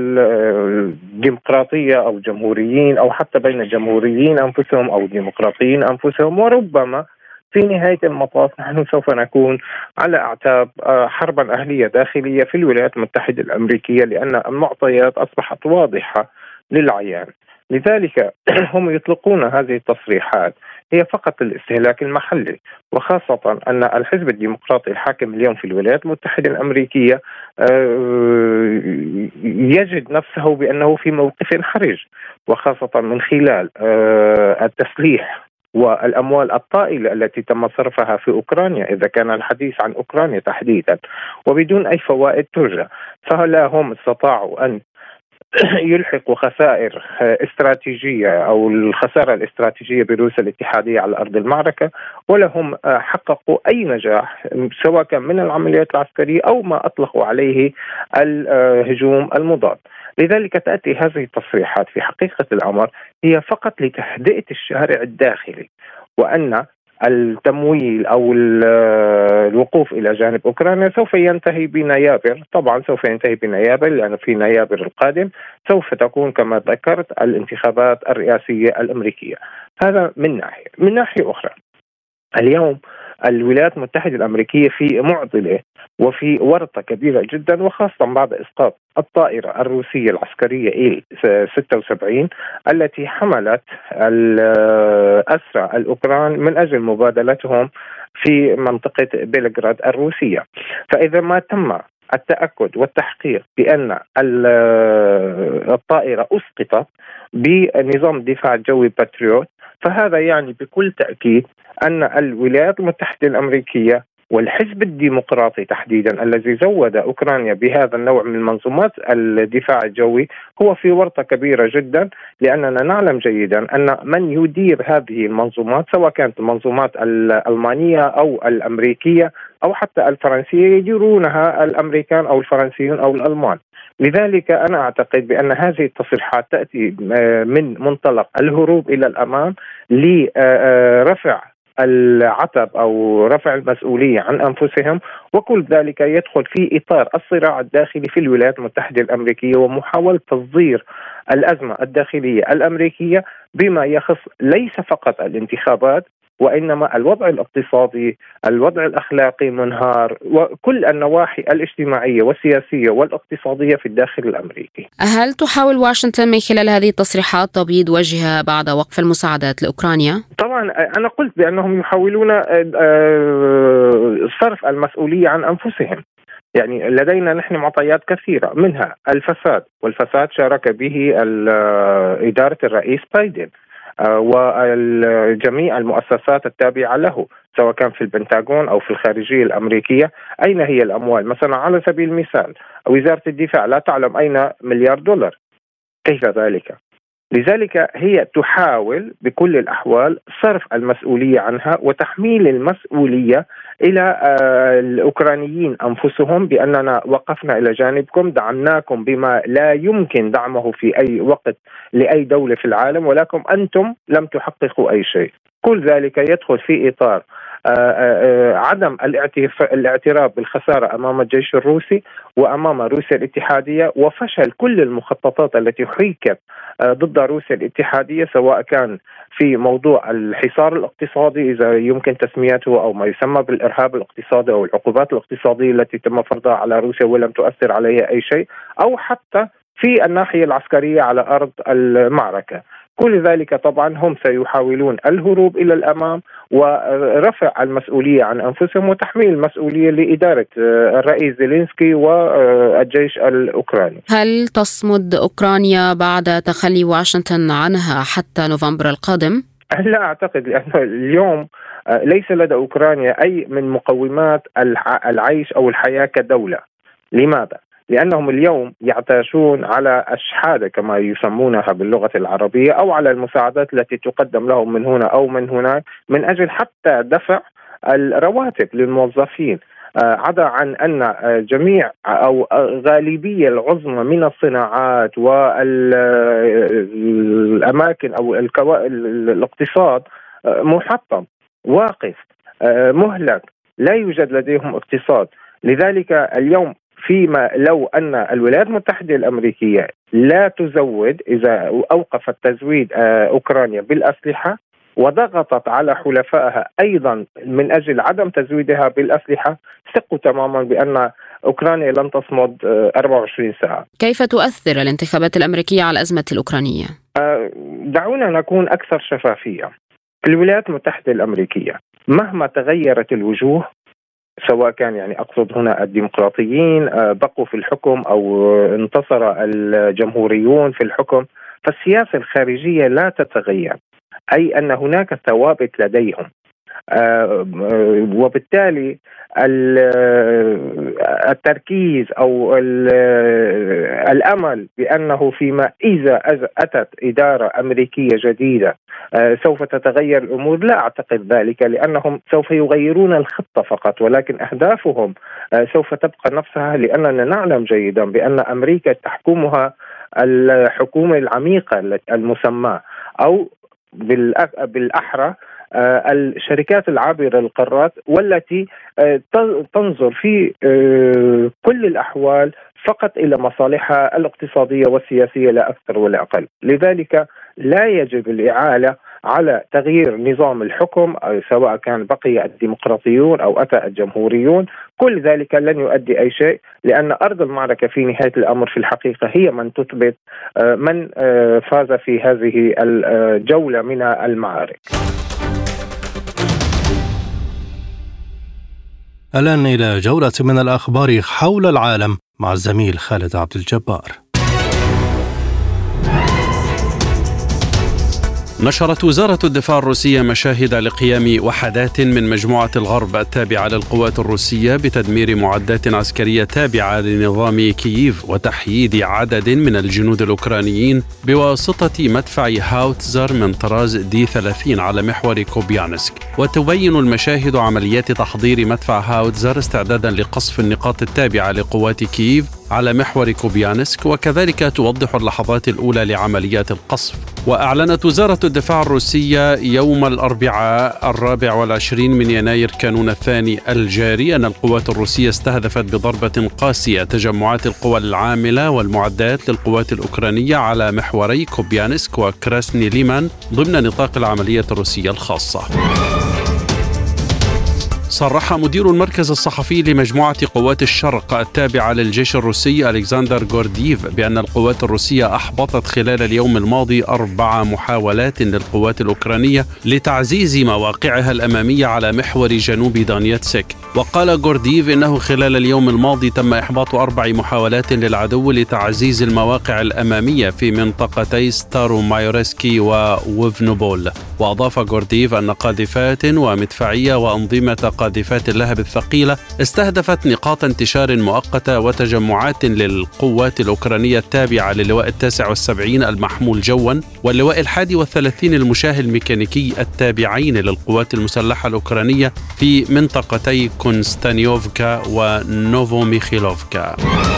الديمقراطية أو الجمهوريين، أو حتى بين الجمهوريين أنفسهم أو الديمقراطيين أنفسهم. وربما في نهاية المطاف نحن سوف نكون على أعتاب حربا أهلية داخلية في الولايات المتحدة الأمريكية، لأن المعطيات أصبحت واضحة للعيان. لذلك هم يطلقون هذه التصريحات هي فقط للاستهلاك المحلي، وخاصة أن الحزب الديمقراطي الحاكم اليوم في الولايات المتحدة الأمريكية يجد نفسه بأنه في موقف حرج، وخاصة من خلال التسليح والأموال الطائلة التي تم صرفها في أوكرانيا، إذا كان الحديث عن أوكرانيا تحديدا، وبدون أي فوائد ترجى، فهلا هم استطاعوا أن يلحقوا خسائر استراتيجية أو الخسارة الاستراتيجية بروسيا الاتحادية على أرض المعركة، ولهم حققوا أي نجاح سواء كان من العمليات العسكرية أو ما أطلقوا عليه الهجوم المضاد. لذلك تأتي هذه التصريحات في حقيقة الأمر هي فقط لتهدئة الشارع الداخلي، وأن التمويل أو الوقوف إلى جانب أوكرانيا سوف ينتهي بنيابر. طبعا سوف ينتهي بنيابر لأن في نيابر القادم سوف تكون كما ذكرت الانتخابات الرئاسية الأمريكية. هذا من ناحية. من ناحية أخرى، اليوم الولايات المتحدة الأمريكية في معضلة وفي ورطة كبيرة جدا، وخاصة بعد إسقاط الطائرة الروسية العسكرية إيل 76 التي حملت الأسرى الأوكران من أجل مبادلتهم في منطقة بلغراد الروسية. فإذا ما تم التأكد والتحقيق بأن الطائرة أسقطت بنظام الدفاع الجوي باتريوت، فهذا يعني بكل تأكيد أن الولايات المتحدة الأمريكية والحزب الديمقراطي تحديدا الذي زود أوكرانيا بهذا النوع من منظومات الدفاع الجوي هو في ورطة كبيرة جدا، لأننا نعلم جيدا أن من يدير هذه المنظومات سواء كانت المنظومات الألمانية أو الأمريكية أو حتى الفرنسية يديرونها الأمريكان أو الفرنسيون أو الألمان. لذلك أنا أعتقد بأن هذه التصريحات تأتي من منطلق الهروب إلى الأمام لرفع العتب أو رفع المسؤولية عن أنفسهم، وكل ذلك يدخل في إطار الصراع الداخلي في الولايات المتحدة الأمريكية ومحاولة تصدير الأزمة الداخلية الأمريكية بما يخص ليس فقط الانتخابات وإنما الوضع الاقتصادي، الوضع الأخلاقي منهار، وكل النواحي الاجتماعية والسياسية والاقتصادية في الداخل الأمريكي. هل تحاول واشنطن من خلال هذه التصريحات تبييض وجهها بعد وقف المساعدات لأوكرانيا؟ طبعا أنا قلت بأنهم يحاولون صرف المسؤولية عن أنفسهم. يعني لدينا نحن معطيات كثيرة منها الفساد، والفساد شارك به إدارة الرئيس بايدن وجميع المؤسسات التابعة له سواء كان في البنتاغون أو في الخارجية الأمريكية. أين هي الأموال؟ مثلا على سبيل المثال وزارة الدفاع لا تعلم أين $1 مليار. كيف ذلك؟ لذلك هي تحاول بكل الأحوال صرف المسؤولية عنها وتحميل المسؤولية إلى الأوكرانيين أنفسهم بأننا وقفنا إلى جانبكم، دعمناكم بما لا يمكن دعمه في أي وقت لأي دولة في العالم، ولكن أنتم لم تحققوا أي شيء. كل ذلك يدخل في إطار عدم الاعتراف بالخسارة أمام الجيش الروسي وأمام روسيا الاتحادية، وفشل كل المخططات التي حيكت ضد روسيا الاتحادية سواء كان في موضوع الحصار الاقتصادي إذا يمكن تسميته أو ما يسمى بالإرهاب الاقتصادي أو العقوبات الاقتصادية التي تم فرضها على روسيا ولم تؤثر عليها أي شيء، أو حتى في الناحية العسكرية على أرض المعركة. كل ذلك طبعا هم سيحاولون الهروب إلى الأمام ورفع المسؤولية عن أنفسهم وتحميل المسؤولية لإدارة الرئيس زيلينسكي والجيش الأوكراني. هل تصمد أوكرانيا بعد تخلي واشنطن عنها حتى نوفمبر القادم؟ لا أعتقد، لأن اليوم ليس لدى أوكرانيا أي من مقومات العيش أو الحياة كدولة. لماذا؟ لأنهم اليوم يعتاشون على الشحادة كما يسمونها باللغة العربية أو على المساعدات التي تقدم لهم من هنا أو من هناك من أجل حتى دفع الرواتب للموظفين، عدا عن أن جميع أو غالبية العظمى من الصناعات والأماكن أو الاقتصاد محطم واقف مهلك، لا يوجد لديهم اقتصاد. لذلك اليوم فيما لو أن الولايات المتحدة الأمريكية لا تزود إذا أوقفت تزويد أوكرانيا بالأسلحة وضغطت على حلفائها أيضا من أجل عدم تزويدها بالأسلحة، ثقوا تماما بأن أوكرانيا لن تصمد 24 ساعة. كيف تؤثر الانتخابات الأمريكية على الأزمة الأوكرانية؟ دعونا نكون أكثر شفافية. في الولايات المتحدة الأمريكية مهما تغيرت الوجوه سواء كان يعني أقصد هنا الديمقراطيين بقوا في الحكم أو انتصر الجمهوريون في الحكم، فالسياسة الخارجية لا تتغير. أي أن هناك ثوابت لديهم، وبالتالي التركيز أو الأمل بأنه فيما إذا أتت إدارة أمريكية جديدة سوف تتغير الأمور، لا أعتقد ذلك، لأنهم سوف يغيرون الخطة فقط، ولكن أهدافهم سوف تبقى نفسها، لأننا نعلم جيدا بأن أمريكا تحكمها الحكومة العميقة المسماة، أو بالأحرى الشركات العابرة للقارات، والتي تنظر في كل الأحوال فقط إلى مصالحها الاقتصادية والسياسية لا أكثر ولا أقل. لذلك لا يجب الإعالة على تغيير نظام الحكم، سواء كان بقي الديمقراطيون أو أتى الجمهوريون، كل ذلك لن يؤدي أي شيء، لأن أرض المعركة في نهاية الأمر في الحقيقة هي من تثبت من فاز في هذه الجولة من المعارك. الآن إلى جولة من الأخبار حول العالم مع الزميل خالد عبد الجبار. نشرت وزارة الدفاع الروسية مشاهد لقيام وحدات من مجموعة الغرب التابعة للقوات الروسية بتدمير معدات عسكرية تابعة لنظام كييف وتحييد عدد من الجنود الأوكرانيين بواسطة مدفع هاوتزر من طراز دي 30 على محور كوبيانسك. وتبين المشاهد عمليات تحضير مدفع هاوتزر استعدادا لقصف النقاط التابعة لقوات كييف على محور كوبيانسك، وكذلك توضح اللحظات الأولى لعمليات القصف. وأعلنت وزارة الدفاع الروسية يوم الأربعاء 24 من يناير كانون الثاني الجاري أن القوات الروسية استهدفت بضربة قاسية تجمعات القوى العاملة والمعدات للقوات الأوكرانية على محوري كوبيانسك وكراسني ليمان ضمن نطاق العملية الروسية الخاصة. صرح مدير المركز الصحفي لمجموعة قوات الشرق التابعة للجيش الروسي ألكسندر غورديف بأن القوات الروسية أحبطت خلال اليوم الماضي 4 محاولات للقوات الأوكرانية لتعزيز مواقعها الأمامية على محور جنوب دونيتسك. وقال غورديف إنه خلال اليوم الماضي تم إحباط 4 محاولات للعدو لتعزيز المواقع الأمامية في منطقتي ستارو مايورسكي ووفنوبول. وأضاف غورديف أن قاذفات ومدفعية وأنظمة قاذفات اللهب الثقيلة استهدفت نقاط انتشار مؤقتة وتجمعات للقوات الأوكرانية التابعة للواء 79 المحمول جوا واللواء 31 المشاة الميكانيكي التابعين للقوات المسلحة الأوكرانية في منطقتي كونستانيوفكا ونوفوميخيلوفكا.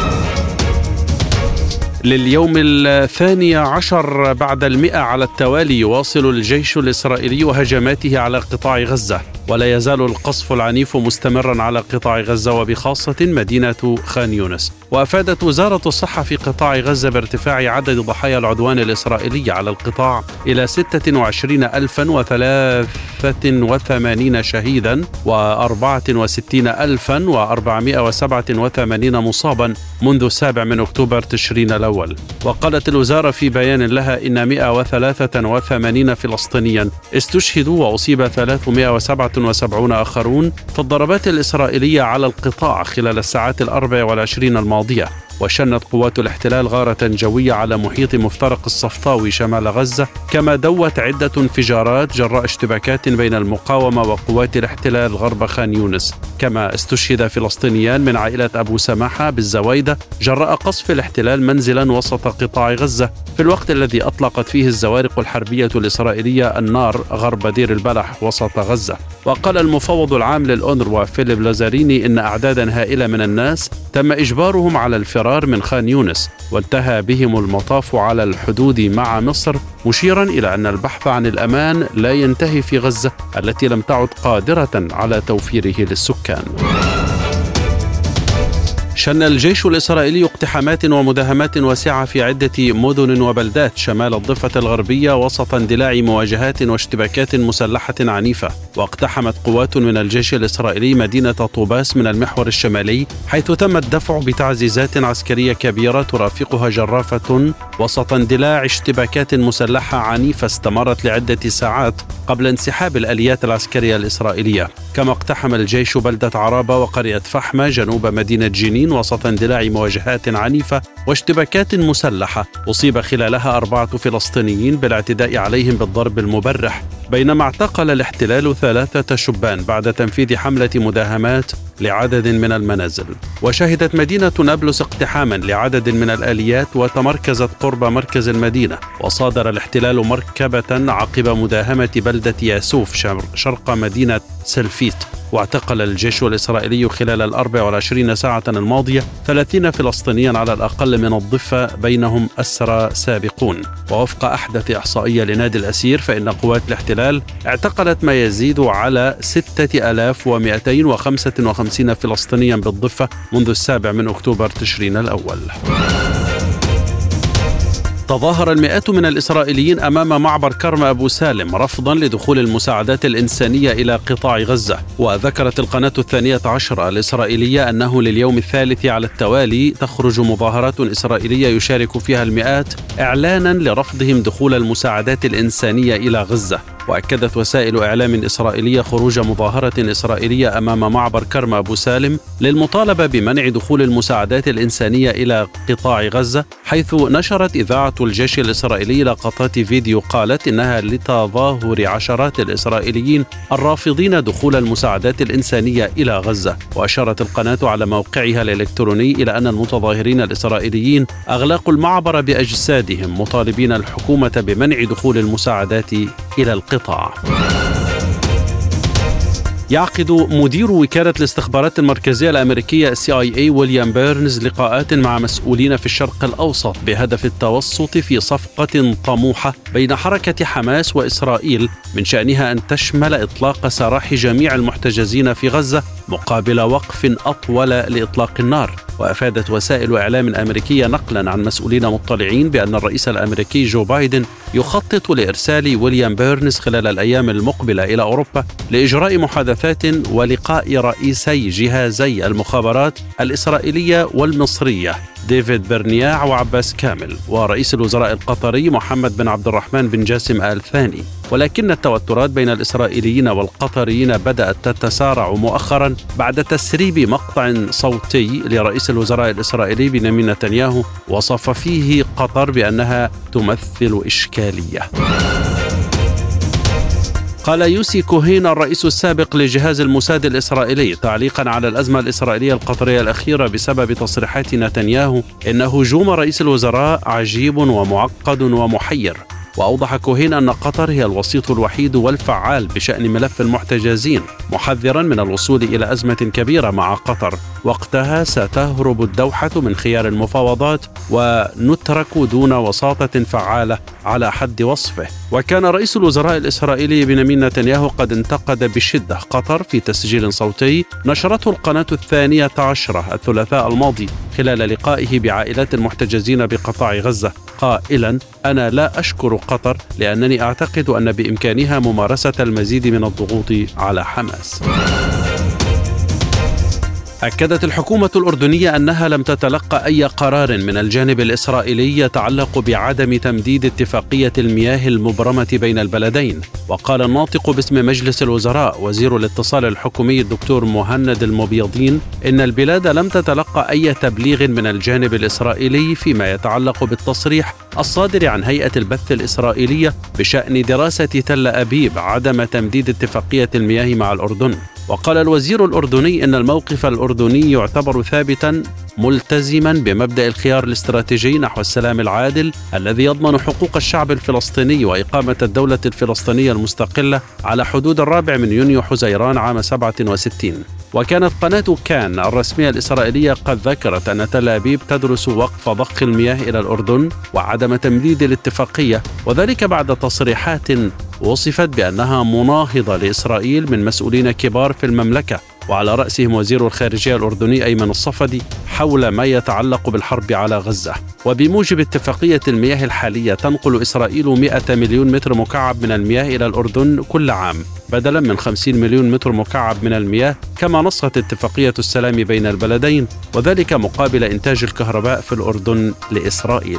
لليوم 12 بعد 100 على التوالي يواصل الجيش الإسرائيلي هجماته على قطاع غزة، ولا يزال القصف العنيف مستمرا على قطاع غزة وبخاصة مدينة خان يونس. وأفادت وزارة الصحة في قطاع غزة بارتفاع عدد ضحايا العدوان الإسرائيلي على القطاع إلى 26,083 شهيدا و64,487 مصابا منذ 7 من أكتوبر تشرين الأول. وقالت الوزارة في بيان لها إن 183 فلسطينيا استشهدوا وأصيب 377 آخرون في الضربات الإسرائيلية على القطاع خلال الساعات 24 الماضية. وشنت قوات الاحتلال غارة جوية على محيط مفترق الصفطاوي شمال غزة، كما دوت عدة انفجارات جراء اشتباكات بين المقاومة وقوات الاحتلال غرب خان يونس. كما استشهد فلسطينيان من عائلة أبو سماحة بالزويدة جراء قصف الاحتلال منزلا وسط قطاع غزة في الوقت الذي أطلقت فيه الزوارق الحربية الإسرائيلية النار غرب دير البلح وسط غزة. وقال المفوض العام للأونروا فيليب لازاريني إن أعدادا هائلة من الناس تم إجبارهم على الفرار من خان يونس، وانتهى بهم المطاف على الحدود مع مصر، مشيرا إلى أن البحث عن الأمان لا ينتهي في غزة التي لم تعد قادرة على توفيره للسكان. شن الجيش الإسرائيلي اقتحامات ومداهمات واسعة في عدة مدن وبلدات شمال الضفة الغربية وسط اندلاع مواجهات واشتباكات مسلحة عنيفة. واقتحمت قوات من الجيش الإسرائيلي مدينة طوباس من المحور الشمالي، حيث تم الدفع بتعزيزات عسكرية كبيرة ترافقها جرافة وسط اندلاع اشتباكات مسلحة عنيفة استمرت لعدة ساعات قبل انسحاب الآليات العسكرية الإسرائيلية. كما اقتحم الجيش بلدة عرابة وقرية فحمة جنوب مدينة جنين وسط اندلاع مواجهات عنيفة واشتباكات مسلحة أصيب خلالها 4 فلسطينيين بالاعتداء عليهم بالضرب المبرح، بينما اعتقل الاحتلال 3 شبان بعد تنفيذ حملة مداهمات لعدد من المنازل. وشهدت مدينة نابلس اقتحاما لعدد من الآليات وتمركزت قرب مركز المدينة، وصادر الاحتلال مركبة عقب مداهمة بلدة ياسوف شرق مدينة سلفيت. واعتقل الجيش الإسرائيلي خلال 24 ساعة الماضية 30 فلسطينيا على الأقل من الضفة، بينهم أسرى سابقون. ووفق أحدث إحصائية لنادي الأسير فإن قوات الاحتلال اعتقلت ما يزيد على 6255 فلسطينيا بالضفة منذ 7 أكتوبر تشرين الأول. تظاهر المئات من الإسرائيليين أمام معبر كرم أبو سالم رفضا لدخول المساعدات الإنسانية إلى قطاع غزة. وذكرت القناة 12 الإسرائيلية أنه لليوم الثالث على التوالي تخرج مظاهرات إسرائيلية يشارك فيها المئات إعلانا لرفضهم دخول المساعدات الإنسانية إلى غزة. وأكدت وسائل إعلام إسرائيلية خروج مظاهرة إسرائيلية أمام معبر كرم أبو سالم للمطالبة بمنع دخول المساعدات الإنسانية إلى قطاع غزة، حيث نشرت إذاعة الجيش الإسرائيلي لقطات فيديو قالت إنها لتظاهر عشرات الإسرائيليين الرافضين دخول المساعدات الإنسانية إلى غزة. وأشارت القناة على موقعها الإلكتروني إلى أن المتظاهرين الإسرائيليين أغلقوا المعبر بأجسادهم مطالبين الحكومة بمنع دخول المساعدات إلى القطاع. يعقد مدير وكالة الاستخبارات المركزية الأمريكية CIA ويليام بيرنز لقاءات مع مسؤولين في الشرق الأوسط بهدف التوسط في صفقة طموحة بين حركة حماس وإسرائيل من شأنها أن تشمل إطلاق سراح جميع المحتجزين في غزة مقابل وقف أطول لإطلاق النار. وأفادت وسائل إعلام أمريكية نقلا عن مسؤولين مطلعين بأن الرئيس الأمريكي جو بايدن يخطط لإرسال ويليام بيرنز خلال الأيام المقبلة إلى أوروبا لإجراء محادثات ولقاء رئيسي جهازي المخابرات الإسرائيلية والمصرية ديفيد برنياع وعباس كامل ورئيس الوزراء القطري محمد بن عبد الرحمن بن جاسم آل ثاني. ولكن التوترات بين الإسرائيليين والقطريين بدأت تتسارع مؤخرا بعد تسريب مقطع صوتي لرئيس الوزراء الإسرائيلي بنيامين نتنياهو وصف فيه قطر بأنها تمثل إشكالية. قال يوسي كوهين الرئيس السابق لجهاز الموساد الإسرائيلي تعليقا على الأزمة الإسرائيلية القطرية الأخيرة بسبب تصريحات نتنياهو إن هجوم رئيس الوزراء عجيب ومعقد ومحير. وأوضح كوهين أن قطر هي الوسيط الوحيد والفعال بشأن ملف المحتجزين، محذرا من الوصول إلى أزمة كبيرة مع قطر وقتها ستهرب الدوحة من خيار المفاوضات ونترك دون وساطة فعالة على حد وصفه. وكان رئيس الوزراء الإسرائيلي بنيامين نتنياهو قد انتقد بشدة قطر في تسجيل صوتي نشرته القناة 12 الثلاثاء الماضي خلال لقائه بعائلات المحتجزين بقطاع غزة، قائلا: أنا لا أشكر قطر لأنني أعتقد أن بإمكانها ممارسة المزيد من الضغوط على حماس. أكدت الحكومة الأردنية أنها لم تتلقى أي قرار من الجانب الإسرائيلي يتعلق بعدم تمديد اتفاقية المياه المبرمة بين البلدين. وقال الناطق باسم مجلس الوزراء وزير الاتصال الحكومي الدكتور مهند المبيضين إن البلاد لم تتلقى أي تبليغ من الجانب الإسرائيلي فيما يتعلق بالتصريح الصادر عن هيئة البث الإسرائيلية بشأن دراسة تل أبيب عدم تمديد اتفاقية المياه مع الأردن. وقال الوزير الأردني إن الموقف الأردني يعتبر ثابتا ملتزما بمبدأ الخيار الاستراتيجي نحو السلام العادل الذي يضمن حقوق الشعب الفلسطيني وإقامة الدولة الفلسطينية المستقلة على حدود 4 يونيو حزيران عام 67. وكانت قناة كان الرسمية الإسرائيلية قد ذكرت أن تل أبيب تدرس وقف ضخ المياه إلى الأردن وعدم تمديد الاتفاقية، وذلك بعد تصريحات وصفت بأنها مناهضة لإسرائيل من مسؤولين كبار في المملكة، وعلى رأسهم وزير الخارجية الأردني أيمن الصفدي حول ما يتعلق بالحرب على غزة. وبموجب اتفاقية المياه الحالية تنقل إسرائيل 100 مليون متر مكعب من المياه إلى الأردن كل عام بدلا من 50 مليون متر مكعب من المياه كما نصت اتفاقية السلام بين البلدين، وذلك مقابل إنتاج الكهرباء في الأردن لإسرائيل.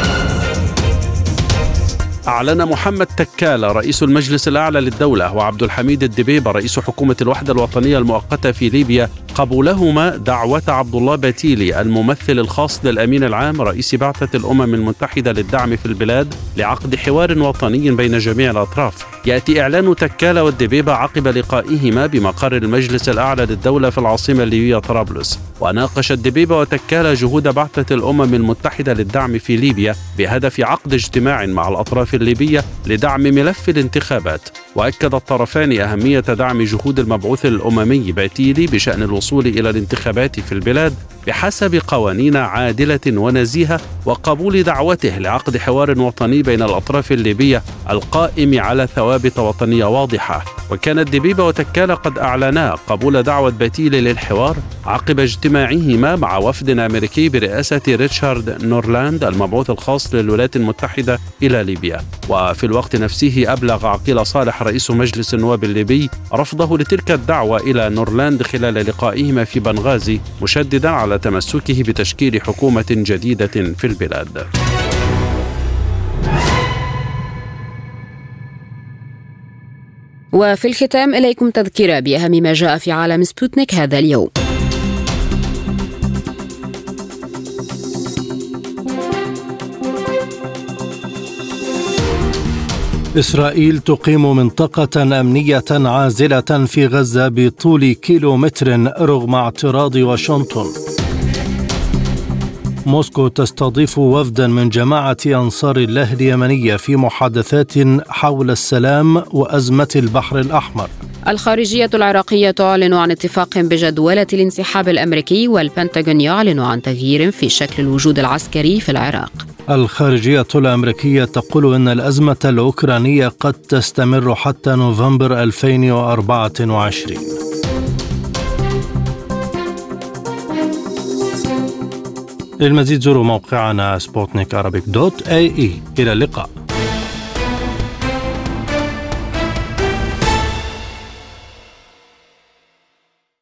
أعلن محمد تكالة رئيس المجلس الأعلى للدولة وعبد الحميد الدبيبة رئيس حكومة الوحدة الوطنية المؤقتة في ليبيا قبولهما دعوة عبد الله باتيلي الممثل الخاص للأمين العام رئيس بعثة الأمم المتحدة للدعم في البلاد لعقد حوار وطني بين جميع الأطراف. يأتي إعلان تكالة والدبيبة عقب لقائهما بمقر المجلس الأعلى للدولة في العاصمة الليبية طرابلس. وناقش الدبيبة وتكالة جهود بعثة الأمم المتحدة للدعم في ليبيا بهدف عقد اجتماع مع الأطراف الليبية لدعم ملف الانتخابات. وأكد الطرفان أهمية دعم جهود المبعوث الأممي باتيلي بشأن الوصول إلى الانتخابات في البلاد بحسب قوانين عادلة ونزيهة، وقبول دعوته لعقد حوار وطني بين الأطراف الليبية القائم على ثوابت وطنية واضحة. وكان الدبيبة وتكالة قد أعلنا قبول دعوة باتيلي للحوار عقب اجتماعهما مع وفد أمريكي برئاسة ريتشارد نورلاند المبعوث الخاص للولايات المتحدة إلى ليبيا. وفي الوقت نفسه أبلغ عقيل صالح رئيس مجلس النواب الليبي رفضه لتلك الدعوة إلى نورلاند خلال لقائهما في بنغازي، مشددا على تمسكه بتشكيل حكومة جديدة في البلاد. وفي الختام إليكم تذكرة بأهم ما جاء في عالم سبوتنيك هذا اليوم. إسرائيل تقيم منطقة أمنية عازلة في غزة بطول كيلومتر رغم اعتراض واشنطن. موسكو تستضيف وفدا من جماعة أنصار الله اليمنية في محادثات حول السلام وأزمة البحر الأحمر. الخارجية العراقية تعلن عن اتفاق بجدولة الانسحاب الأمريكي، والبنتاغون يعلن عن تغيير في شكل الوجود العسكري في العراق. الخارجية الأمريكية تقول إن الأزمة الأوكرانية قد تستمر حتى نوفمبر 2024. للمزيد زوروا موقعنا sputnikarabic.ae. إلى اللقاء.